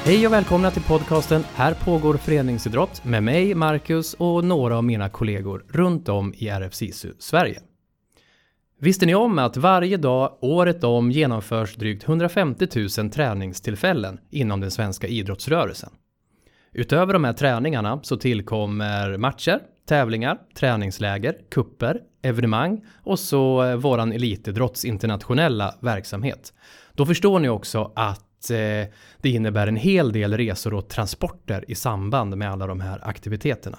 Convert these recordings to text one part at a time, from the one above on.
Hej och välkomna till podcasten Här pågår föreningsidrott med mig, Marcus och några av mina kollegor runt om i RFSISU Sverige. Visste ni om att varje dag året om genomförs drygt 150 000 träningstillfällen inom den svenska idrottsrörelsen? Utöver de här träningarna så tillkommer matcher, tävlingar, träningsläger, kupper, evenemang och så våran elitidrotts internationella verksamhet. Då förstår ni också att det innebär en hel del resor och transporter i samband med alla de här aktiviteterna.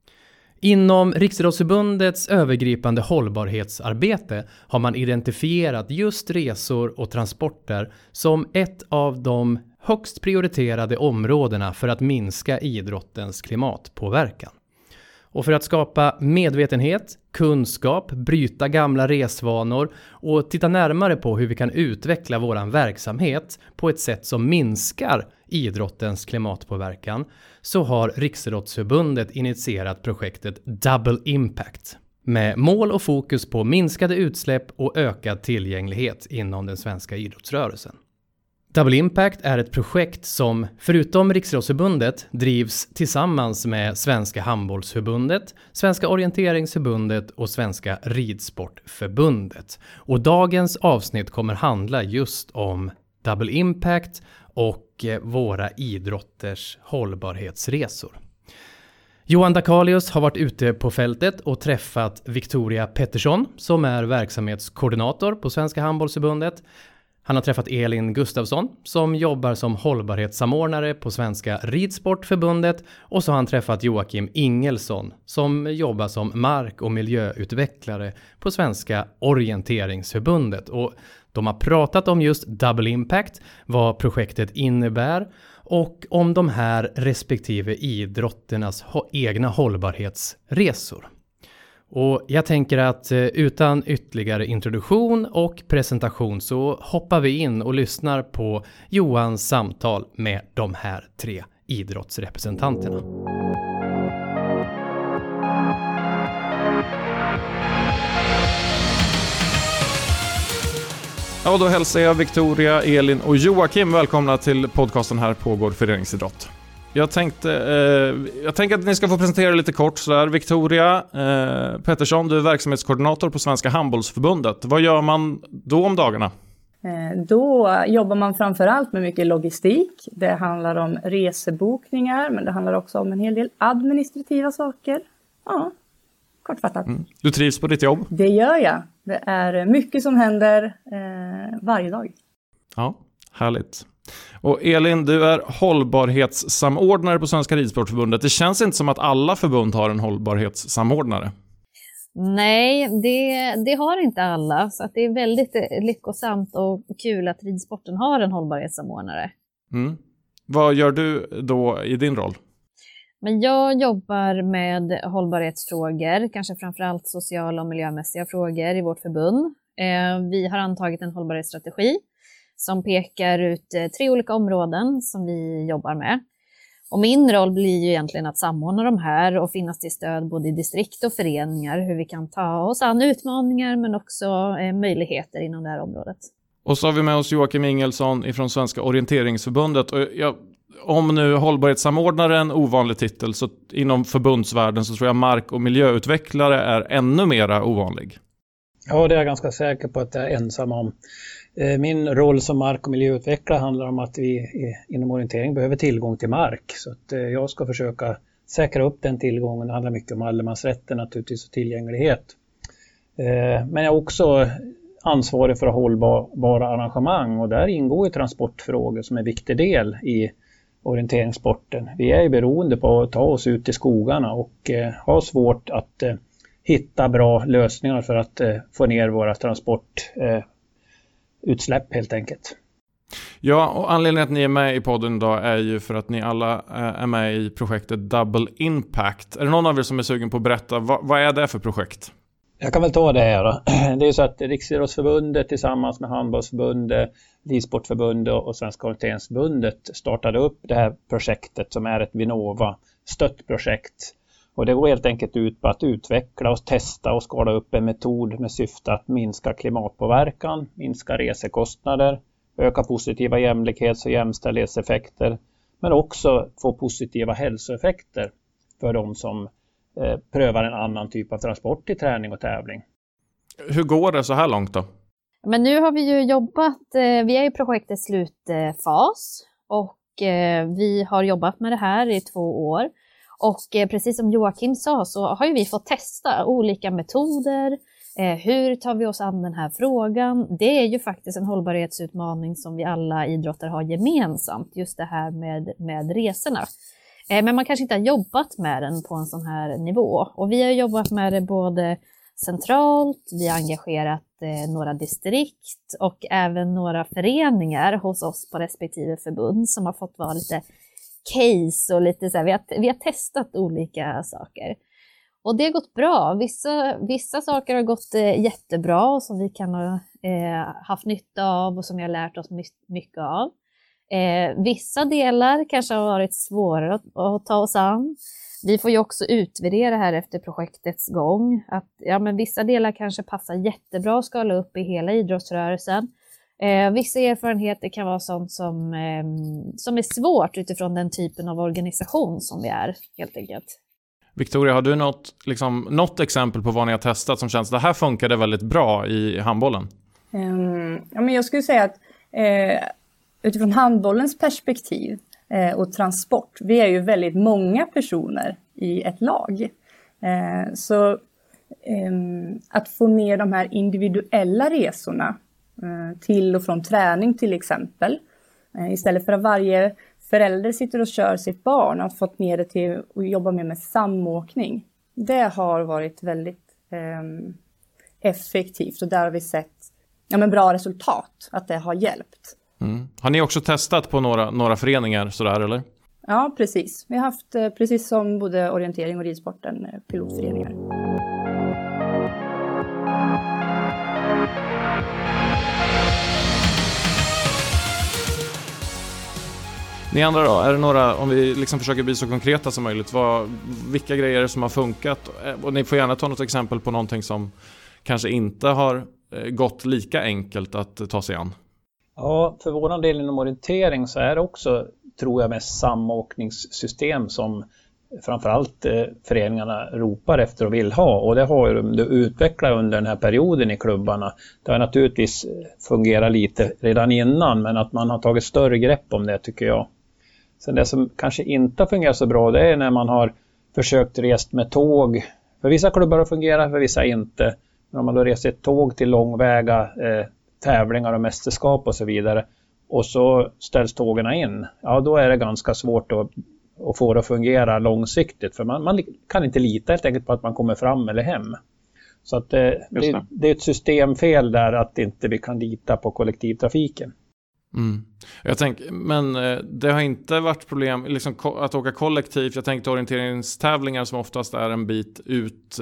Inom Riksidrottsförbundets övergripande hållbarhetsarbete har man identifierat just resor och transporter som ett av de högst prioriterade områdena för att minska idrottens klimatpåverkan. Och för att skapa medvetenhet, kunskap, bryta gamla resvanor och titta närmare på hur vi kan utveckla våran verksamhet på ett sätt som minskar idrottens klimatpåverkan så har Riksidrottsförbundet initierat projektet Double Impact med mål och fokus på minskade utsläpp och ökad tillgänglighet inom den svenska idrottsrörelsen. Double Impact är ett projekt som förutom Riksidrottsförbundet drivs tillsammans med Svenska handbollsförbundet, Svenska orienteringsförbundet och Svenska ridsportförbundet. Och dagens avsnitt kommer handla just om Double Impact och våra idrotters hållbarhetsresor. Johan Dakalius har varit ute på fältet och träffat Victoria Pettersson som är verksamhetskoordinator på Svenska handbollsförbundet. Han har träffat Elin Gustafsson som jobbar som hållbarhetssamordnare på Svenska ridsportförbundet och så har han träffat Joakim Ingelsson som jobbar som mark- och miljöutvecklare på Svenska orienteringsförbundet. Och de har pratat om just Double Impact, vad projektet innebär och om de här respektive idrotternas egna hållbarhetsresor. Och jag tänker att utan ytterligare introduktion och presentation så hoppar vi in och lyssnar på Johans samtal med de här tre idrottsrepresentanterna. Ja, då hälsar jag Victoria, Elin och Joakim välkomna till podcasten Här pågår föreningsidrott. Jag tänker att ni ska få presentera lite kort så där. Victoria Pettersson, du är verksamhetskoordinator på Svenska handbollsförbundet. Vad gör man då om dagarna? Då jobbar man framförallt med mycket logistik. Det handlar om resebokningar, men det handlar också om en hel del administrativa saker. Ja, kortfattat. Du trivs på ditt jobb? Det gör jag. Det är mycket som händer varje dag. Ja, härligt. Och Elin, du är hållbarhetssamordnare på Svenska ridsportförbundet. Det känns inte som att alla förbund har en hållbarhetssamordnare. Nej, det har inte alla. Så att det är väldigt lyckosamt och kul att ridsporten har en hållbarhetssamordnare. Vad gör du då i din roll? Men jag jobbar med hållbarhetsfrågor, kanske framförallt sociala och miljömässiga frågor i vårt förbund. Vi har antagit en hållbarhetsstrategi som pekar ut 3 olika områden som vi jobbar med. Och min roll blir ju egentligen att samordna de här och finnas till stöd både i distrikt och föreningar, hur vi kan ta oss an utmaningar men också möjligheter inom det här området. Och så har vi med oss Joakim Ingelsson från Svenska orienteringsförbundet. Och om nu hållbarhetssamordnare är en ovanlig titel så inom förbundsvärlden så tror jag mark- och miljöutvecklare är ännu mera ovanlig. Ja, det är jag ganska säker på att jag är ensam om. Min roll som mark- och miljöutvecklare handlar om att vi inom orientering behöver tillgång till mark. Så att jag ska försöka säkra upp den tillgången. Det handlar mycket om allemansrätten naturligtvis och tillgänglighet. Men jag är också ansvarig för hållbara arrangemang och där ingår ju transportfrågor som är en viktig del i orienteringssporten. Vi är ju beroende på att ta oss ut i skogarna och har svårt att hitta bra lösningar för att få ner våra transportutsläpp helt enkelt. Ja, och anledningen att ni är med i podden idag är ju för att ni alla är med i projektet Double Impact. Är det någon av er som är sugen på att berätta, vad är det för projekt? Jag kan väl ta det här då. Det är ju så att Riksidrottsförbundet tillsammans med handbollsförbundet, Ridsportförbundet och Svenska orienteringsförbundet startade upp det här projektet som är ett Vinnova-stöttprojekt. Och det går helt enkelt ut på att utveckla och testa och skala upp en metod med syfte att minska klimatpåverkan, minska resekostnader, öka positiva jämlikhets- och jämställdhetseffekter men också få positiva hälsoeffekter för de som prövar en annan typ av transport i träning och tävling. Hur går det så här långt då? Men nu har vi ju jobbat, vi är i projektets slutfas och vi har jobbat med det här i 2 år. Och precis som Joakim sa så har ju vi fått testa olika metoder. Hur tar vi oss an den här frågan? Det är ju faktiskt en hållbarhetsutmaning som vi alla idrottare har gemensamt, just det här med resorna. Men man kanske inte har jobbat med den på en sån här nivå. Och vi har jobbat med det både centralt, vi har engagerat några distrikt och även några föreningar hos oss på respektive förbund som har fått vara lite case och lite så här, vi har testat olika saker. Och det har gått bra. Vissa saker har gått jättebra som vi kan ha haft nytta av och som vi har lärt oss mycket av. Vissa delar kanske har varit svårare att ta oss an. Vi får ju också utvärdera här efter projektets gång att men vissa delar kanske passar jättebra att skala upp i hela idrottsrörelsen. Vissa erfarenheter kan vara sånt som är svårt utifrån den typen av organisation som vi är, helt enkelt. Victoria, har du något exempel på vad ni har testat som känns det här funkade väldigt bra i handbollen? Men jag skulle säga att utifrån handbollens perspektiv och transport, vi är ju väldigt många personer i ett lag. Så att få ner de här individuella resorna till och från träning till exempel, istället för att varje förälder sitter och kör sitt barn, att fått ner det till att jobba med samåkning. Det har varit väldigt effektivt och där har vi sett bra resultat, att det har hjälpt. Mm. Har ni också testat på några föreningar sådär eller? Ja, precis. Vi har haft, precis som både orientering och ridsporten, pilotföreningar. Ni andra då, är det några, om vi försöker bli så konkreta som möjligt, vilka grejer som har funkat? Och ni får gärna ta något exempel på någonting som kanske inte har gått lika enkelt att ta sig an. Ja, för våran del inom orientering så är det också, tror jag, med samåkningssystem som framförallt föreningarna ropar efter och vill ha. Och det har de utvecklat under den här perioden i klubbarna. Det har naturligtvis fungerat lite redan innan, men att man har tagit större grepp om det, tycker jag. Sen det som kanske inte fungerar så bra, det är när man har försökt resa med tåg. För vissa klubbar har fungerat, för vissa inte. Men om man då reser ett tåg till långväga tävlingar och mästerskap och så vidare, och så ställs tågen in, ja då är det ganska svårt att få det att fungera långsiktigt, för man kan inte lita helt enkelt på att man kommer fram eller hem. Så att det är ett systemfel där, att inte vi kan lita på kollektivtrafiken. Mm. Jag tänker, men det har inte varit problem att åka kollektivt. Jag tänkte orienteringstävlingar som oftast är en bit ut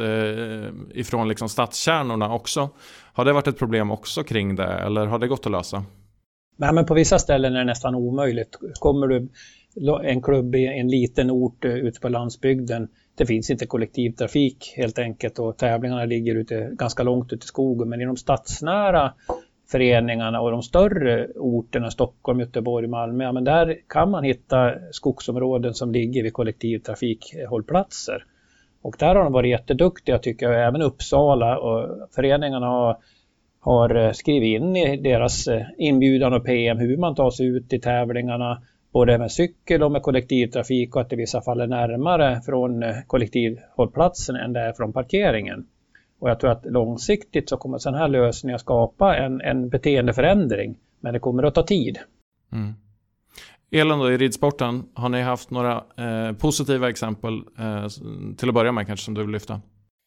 ifrån stadskärnorna också. Har det varit ett problem också kring det, eller har det gått att lösa? Nej, men på vissa ställen är det nästan omöjligt. Kommer du en klubb i en liten ort ute på landsbygden, det finns inte kollektivtrafik helt enkelt, och tävlingarna ligger ganska långt ut i skogen. Men i de stadsnära föreningarna och de större orterna, Stockholm, Göteborg, Malmö, men där kan man hitta skogsområden som ligger vid kollektivtrafikhållplatser. Och där har de varit jätteduktiga, tycker jag. Även Uppsala och föreningarna har skrivit in i deras inbjudan och PM hur man tar sig ut i tävlingarna, både med cykel och med kollektivtrafik, och att det i vissa fall är närmare från kollektivhållplatsen än det är från parkeringen. Och jag tror att långsiktigt så kommer sådana här lösningar skapa en beteendeförändring, men det kommer att ta tid. Mm. Elin då, i ridsporten, har ni haft några positiva exempel till att börja med kanske som du vill lyfta?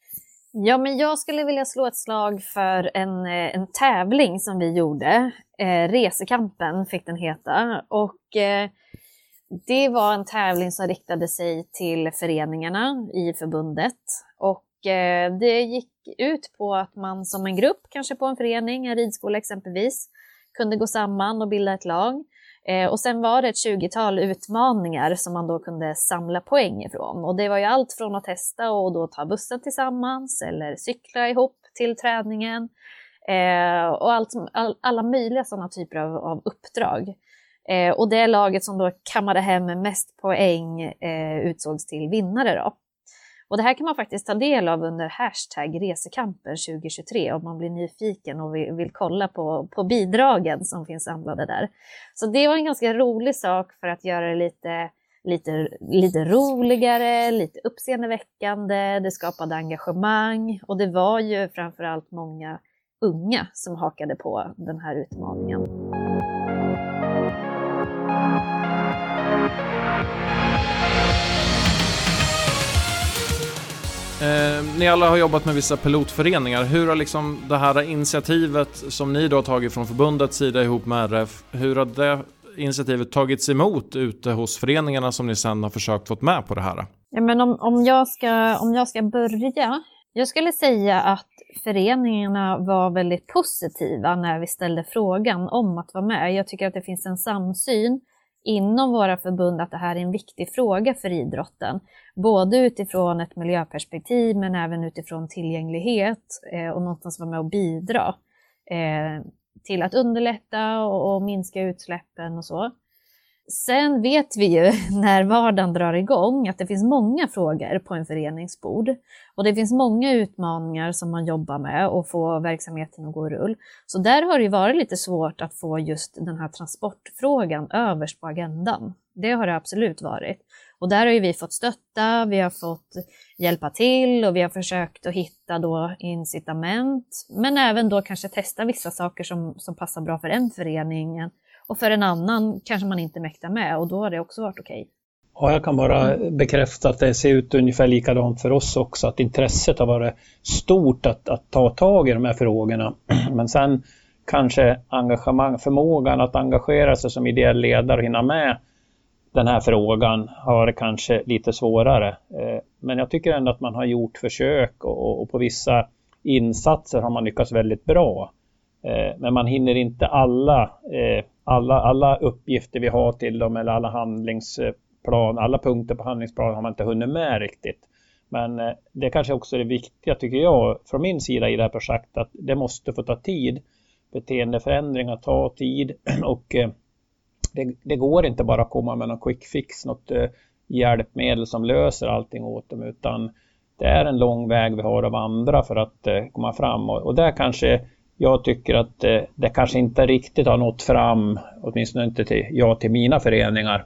Ja, men jag skulle vilja slå ett slag för en tävling som vi gjorde. Resekampen fick den heta. Och det var en tävling som riktade sig till föreningarna i förbundet. Och det gick ut på att man som en grupp, kanske på en förening, en ridskola exempelvis, kunde gå samman och bilda ett lag. Och sen var det ett 20-tal utmaningar som man då kunde samla poäng ifrån. Och det var ju allt från att testa och då ta bussen tillsammans eller cykla ihop till träningen. Och alla möjliga sådana typer av uppdrag. Och det laget som då kammade hem mest poäng utsågs till vinnare då. Och det här kan man faktiskt ta del av under #resekampen 2023 om man blir nyfiken och vill kolla på bidragen som finns samlade där. Så det var en ganska rolig sak för att göra det lite roligare, lite uppseendeväckande. Det skapade engagemang och det var ju framförallt många unga som hakade på den här utmaningen. Ni alla har jobbat med vissa pilotföreningar. Hur har liksom det här initiativet som ni då har tagit från förbundets sida ihop med RF, hur har det initiativet tagits emot ute hos föreningarna som ni sedan har försökt få med på det här? Ja, men om jag ska börja. Jag skulle säga att föreningarna var väldigt positiva när vi ställde frågan om att vara med. Jag tycker att det finns en samsyn inom våra förbund att det här är en viktig fråga för idrotten. Både utifrån ett miljöperspektiv men även utifrån tillgänglighet och någonstans vara med och bidra till att underlätta och minska utsläppen och så. Sen vet vi ju när vardagen drar igång att det finns många frågor på en föreningsbord. Och det finns många utmaningar som man jobbar med och få verksamheten att gå rull. Så där har det ju varit lite svårt att få just den här transportfrågan överst på agendan. Det har det absolut varit. Och där har ju vi fått stötta, vi har fått hjälpa till och vi har försökt att hitta då incitament. Men även då kanske testa vissa saker som passar bra för en förening. Och för en annan kanske man inte mäktar med och då har det också varit okej. Ja, jag kan bara bekräfta att det ser ut ungefär likadant för oss också. Att intresset har varit stort att ta tag i de här frågorna. Men sen kanske förmågan att engagera sig som ideell ledare och hinna med den här frågan har varit kanske lite svårare. Men jag tycker ändå att man har gjort försök och på vissa insatser har man lyckats väldigt bra. Men man hinner inte alla uppgifter vi har till dem eller alla punkter på handlingsplan har man inte hunnit med riktigt. Men det kanske också är det viktiga tycker jag från min sida i det här projektet att det måste få ta tid. Beteendeförändringar tar tid och det går inte bara att komma med någon quick fix, något hjälpmedel som löser allting åt dem utan det är en lång väg vi har att vandra för att komma fram och där kanske jag tycker att det kanske inte riktigt har nått fram, åtminstone inte till mina föreningar,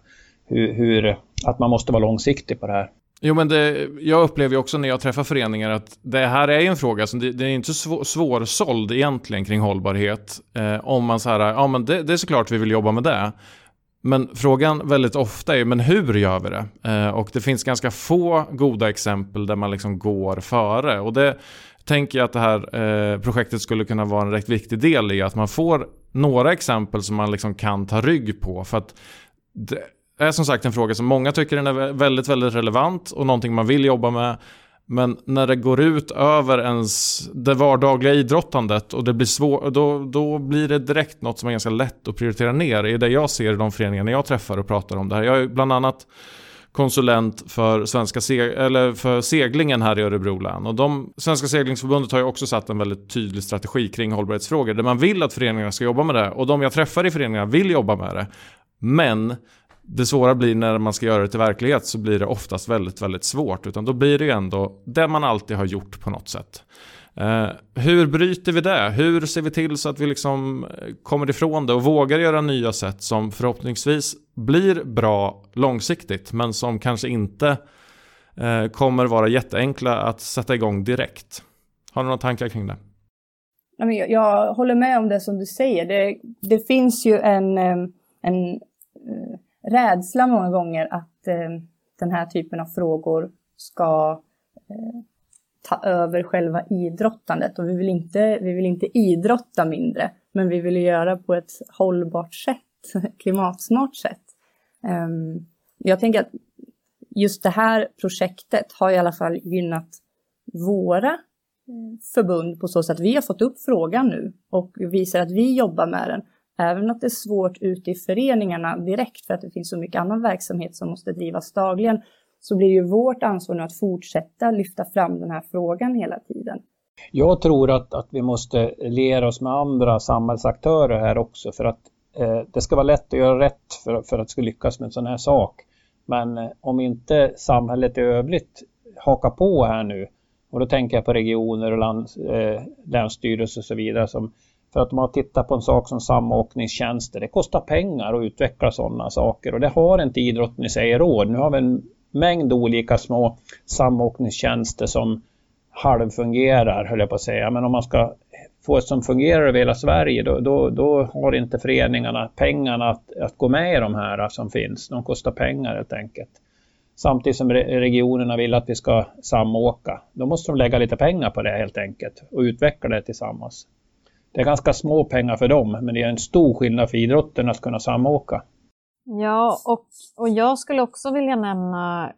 att man måste vara långsiktig på det här. Jo, men jag upplever ju också när jag träffar föreningar att det här är en fråga som det är inte svårsåld egentligen kring hållbarhet. Om man så här, ja men det är såklart vi vill jobba med det. Men frågan väldigt ofta är, men hur gör vi det? Och det finns ganska få goda exempel där man liksom går före. Och det tänker jag att det här projektet skulle kunna vara en rätt viktig del i. Att man får några exempel som man liksom kan ta rygg på. För att det är som sagt en fråga som många tycker är väldigt, väldigt relevant och någonting man vill jobba med. Men när det går ut över det vardagliga idrottandet och det blir svårt, då blir det direkt något som är ganska lätt att prioritera ner. Det är det jag ser i de föreningar jag träffar och pratar om det här. Jag är bland annat konsulent för för seglingen här i Örebro län. Och Svenska seglingsförbundet har ju också satt en väldigt tydlig strategi kring hållbarhetsfrågor där man vill att föreningarna ska jobba med det. Och de jag träffar i föreningarna vill jobba med det. Men det svåra blir när man ska göra det till verklighet så blir det oftast väldigt, väldigt svårt. Utan då blir det ju ändå det man alltid har gjort på något sätt. Hur bryter vi det? Hur ser vi till så att vi liksom kommer ifrån det och vågar göra nya sätt som förhoppningsvis blir bra långsiktigt men som kanske inte kommer vara jätteenkla att sätta igång direkt? Har du några tankar kring det? Jag håller med om det som du säger. Det finns ju en rädsla många gånger att den här typen av frågor ska ta över själva idrottandet. Och vi vill inte idrotta mindre, men vi vill göra på ett hållbart sätt, klimatsmart sätt. Jag tänker att just det här projektet har i alla fall gynnat våra förbund på så sätt att vi har fått upp frågan nu och visar att vi jobbar med den. Även att det är svårt ute i föreningarna direkt för att det finns så mycket annan verksamhet som måste drivas dagligen, så blir det ju vårt ansvar nu att fortsätta lyfta fram den här frågan hela tiden. Jag tror att vi måste lära oss med andra samhällsaktörer här också för att det ska vara lätt att göra rätt för att det ska lyckas med en sån här sak. Men om inte samhället i övrigt hakar på här nu, och då tänker jag på regioner och länsstyrelser och så vidare, för att man tittar på en sak som samåkningstjänster, det kostar pengar att utveckla sådana saker, och det har inte idrotten i sig råd. Nu har vi en mängd olika små samåkningstjänster som halvfungerar, höll jag på att säga. Men om man ska få ett som fungerar över hela Sverige, då har inte föreningarna pengarna att gå med i de här som finns. De kostar pengar helt enkelt. Samtidigt som regionerna vill att vi ska samåka. Då måste de lägga lite pengar på det helt enkelt och utveckla det tillsammans. Det är ganska små pengar för dem, men det är en stor skillnad för idrotten att kunna samåka. Ja, och jag skulle också vilja nämna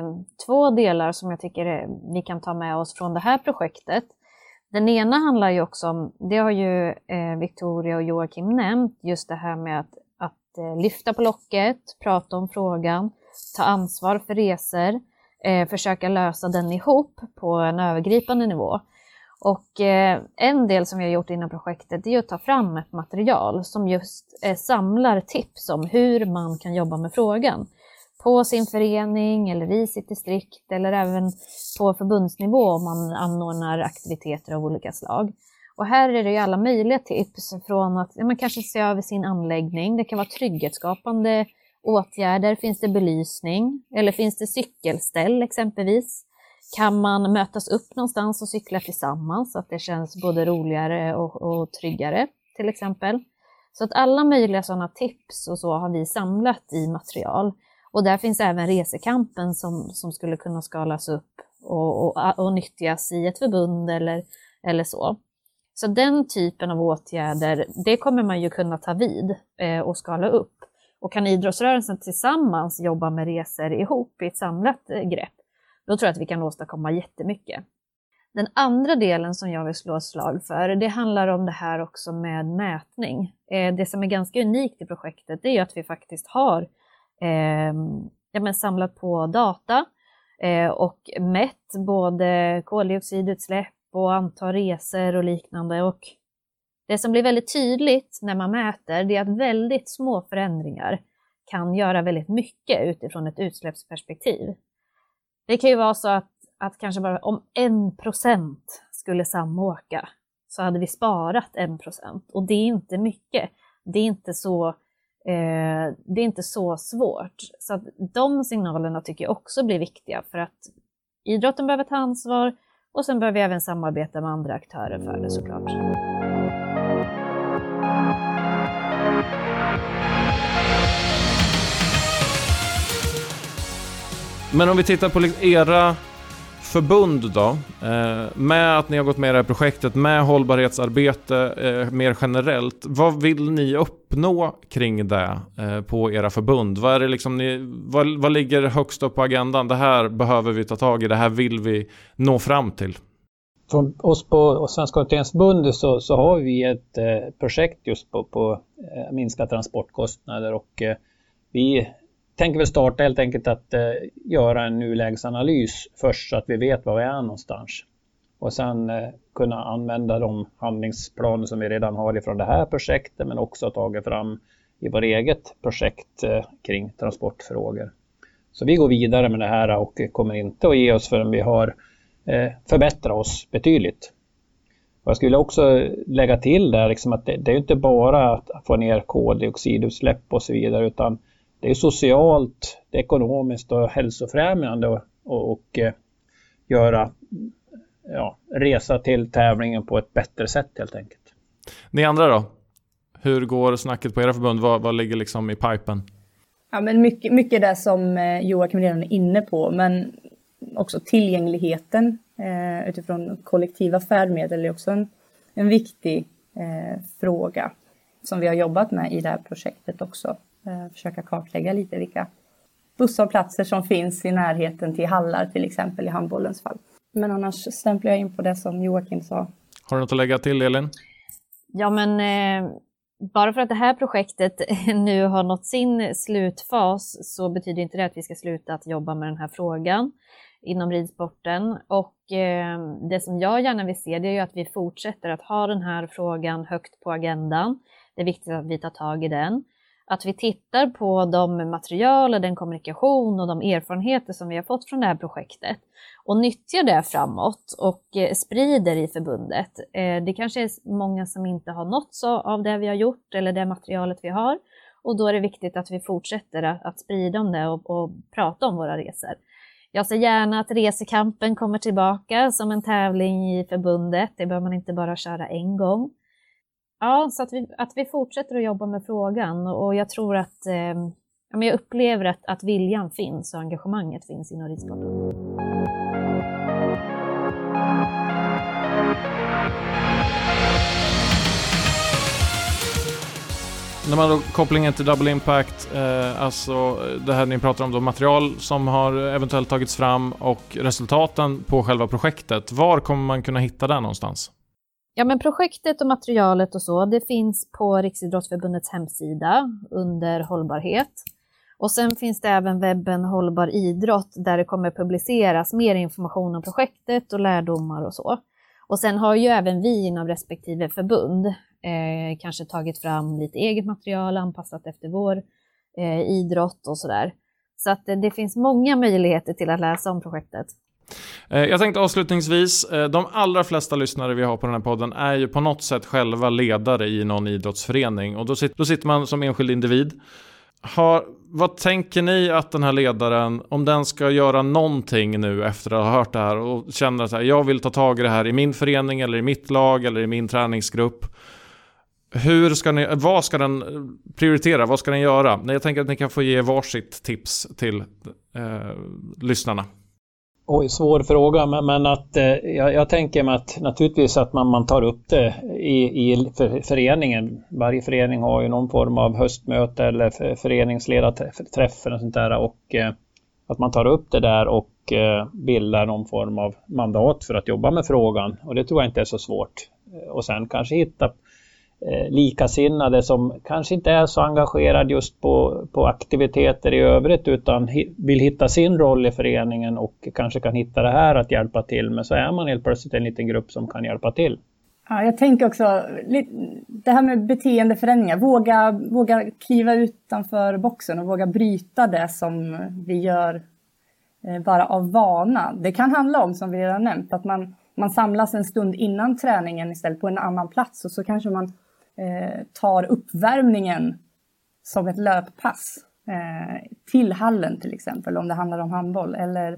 2 delar som jag tycker vi kan ta med oss från det här projektet. Den ena handlar ju också om, det har ju Victoria och Joakim nämnt, just det här med att lyfta på locket, prata om frågan, ta ansvar för resor, försöka lösa den ihop på en övergripande nivå. Och en del som vi har gjort inom projektet är att ta fram ett material som just samlar tips om hur man kan jobba med frågan på sin förening eller i sitt distrikt eller även på förbundsnivå om man anordnar aktiviteter av olika slag. Och här är det ju alla möjliga tips från att man kanske se över sin anläggning, det kan vara trygghetsskapande åtgärder, finns det belysning eller finns det cykelställ exempelvis? Kan man mötas upp någonstans och cykla tillsammans så att det känns både roligare och tryggare till exempel. Så att alla möjliga sådana tips och så har vi samlat i material. Och där finns även resekampen som skulle kunna skalas upp och nyttjas i ett förbund eller så. Så den typen av åtgärder, det kommer man ju kunna ta vid och skala upp. Och kan idrottsrörelsen tillsammans jobba med resor ihop i ett samlat grepp, då tror jag att vi kan åstadkomma jättemycket. Den andra delen som jag vill slå ett slag för, det handlar om det här också med mätning. Det som är ganska unikt i projektet är att vi faktiskt har samlat på data och mätt både koldioxidutsläpp och antal resor och liknande. Och det som blir väldigt tydligt när man mäter, det är att väldigt små förändringar kan göra väldigt mycket utifrån ett utsläppsperspektiv. Det kan ju vara så att kanske bara om 1% skulle samåka så hade vi sparat 1%. Och det är inte mycket. Det är inte så svårt. Så att de signalerna tycker jag också blir viktiga för att idrotten behöver ta ansvar och sen behöver vi även samarbeta med andra aktörer för det såklart. Men om vi tittar på era förbund då, med att ni har gått med i det här projektet, med hållbarhetsarbete mer generellt, vad vill ni uppnå kring det på era förbund? Vad är det liksom vad ligger högst upp på agendan? Det här behöver vi ta tag i, det här vill vi nå fram till. Från oss på Svenska Orienteringsförbundet så har vi ett projekt just på minska transportkostnader, och vi tänker väl starta helt enkelt att göra en nulägesanalys först så att vi vet var vi är någonstans. Och sen kunna använda de handlingsplaner som vi redan har ifrån det här projektet, men också tagit fram i vårt eget projekt kring transportfrågor. Så vi går vidare med det här och kommer inte att ge oss förrän vi har förbättrat oss betydligt. Och jag skulle också lägga till där liksom att det är inte bara att få ner koldioxidutsläpp och så vidare, utan det är socialt, det är ekonomiskt och hälsofrämjande och göra resa till tävlingen på ett bättre sätt helt enkelt. Ni andra då? Hur går snacket på era förbund? Vad ligger liksom i pipen? Ja, men mycket det som Joakim redan är inne på, men också tillgängligheten utifrån kollektiva färdmedel är också en viktig fråga som vi har jobbat med i det här projektet också. Försöka kartlägga lite vilka busshållplatser som finns i närheten till hallar, till exempel i handbollens fall. Men annars stämplar jag in på det som Joakim sa. Har du något att lägga till, Elin? Ja, men bara för att det här projektet nu har nått sin slutfas så betyder inte det att vi ska sluta att jobba med den här frågan inom ridsporten. Och det som jag gärna vill se, det är ju att vi fortsätter att ha den här frågan högt på agendan. Det är viktigt att vi tar tag i den. Att vi tittar på de material och den kommunikation och de erfarenheter som vi har fått från det här projektet och nyttjar det framåt och sprider i förbundet. Det kanske är många som inte har nåtts av det vi har gjort eller det materialet vi har, och då är det viktigt att vi fortsätter att sprida om det och prata om våra resor. Jag ser gärna att resekampen kommer tillbaka som en tävling i förbundet. Det behöver man inte bara köra en gång. Ja, så att vi fortsätter att jobba med frågan, och jag tror att jag upplever att viljan finns och engagemanget finns inom ridsporten. När man då kopplingen till Double Impact, alltså det här ni pratar om då, material som har eventuellt tagits fram och resultaten på själva projektet, var kommer man kunna hitta det någonstans? Ja, men projektet och materialet och så, det finns på Riksidrottsförbundets hemsida under hållbarhet. Och sen finns det även webben Hållbar idrott där det kommer publiceras mer information om projektet och lärdomar och så. Och sen har ju även vi inom respektive förbund kanske tagit fram lite eget material anpassat efter vår idrott och sådär. Så att det finns många möjligheter till att läsa om projektet. Jag tänkte avslutningsvis, de allra flesta lyssnare vi har på den här podden är ju på något sätt själva ledare i någon idrottsförening, och då sitter man som enskild individ. Vad tänker ni att den här ledaren, om den ska göra någonting nu efter att ha hört det här och känner att jag vill ta tag i det här i min förening eller i mitt lag eller i min träningsgrupp, vad ska den prioritera, vad ska den göra? Jag tänker att ni kan få ge varsitt tips till lyssnarna. Oj, svår fråga, men att jag tänker mig att naturligtvis att man tar upp det i föreningen. Varje förening har ju någon form av höstmöte eller föreningsledarträff och sånt där, och att man tar upp det där och bildar någon form av mandat för att jobba med frågan, och det tror jag inte är så svårt. Och sen kanske hitta likasinnade som kanske inte är så engagerad just på aktiviteter i övrigt utan vill hitta sin roll i föreningen och kanske kan hitta det här att hjälpa till, men så är man helt plötsligt en liten grupp som kan hjälpa till. Ja, jag tänker också det här med beteendeförändringar, våga kliva utanför boxen och våga bryta det som vi gör bara av vana. Det kan handla om, som vi redan nämnt, att man samlas en stund innan träningen istället på en annan plats, och så kanske man tar uppvärmningen som ett löppass till hallen till exempel, om det handlar om handboll, eller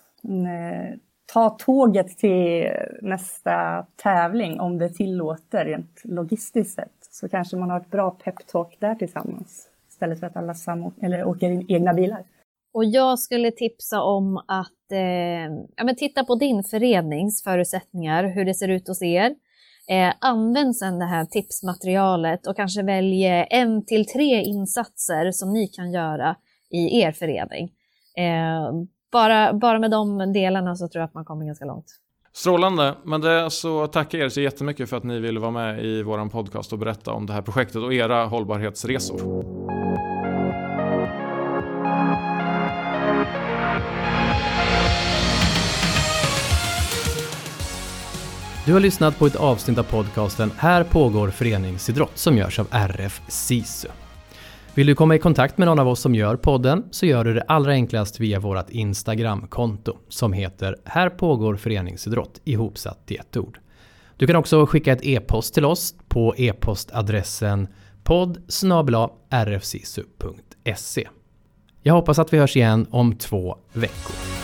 ta tåget till nästa tävling om det tillåter rent logistiskt sett, så kanske man har ett bra peptalk där tillsammans istället för att alla åker i egna bilar. Och jag skulle tipsa om att titta på din förenings förutsättningar, hur det ser ut hos er. Använd sedan det här tipsmaterialet och kanske välj 1 till 3 insatser som ni kan göra i er förening. Bara med de delarna så tror jag att man kommer ganska långt. Strålande, men det så tackar er så jättemycket för att ni ville vara med i våran podcast och berätta om det här projektet och era hållbarhetsresor. Du har lyssnat på ett avsnitt av podcasten Här pågår föreningsidrott som görs av RF SISU. Vill du komma i kontakt med någon av oss som gör podden så gör du det allra enklast via vårt Instagram-konto som heter Här pågår föreningsidrott ihopsatt i ett ord. Du kan också skicka ett e-post till oss på e-postadressen podd@rfsisu.se. Jag hoppas att vi hörs igen om 2 veckor.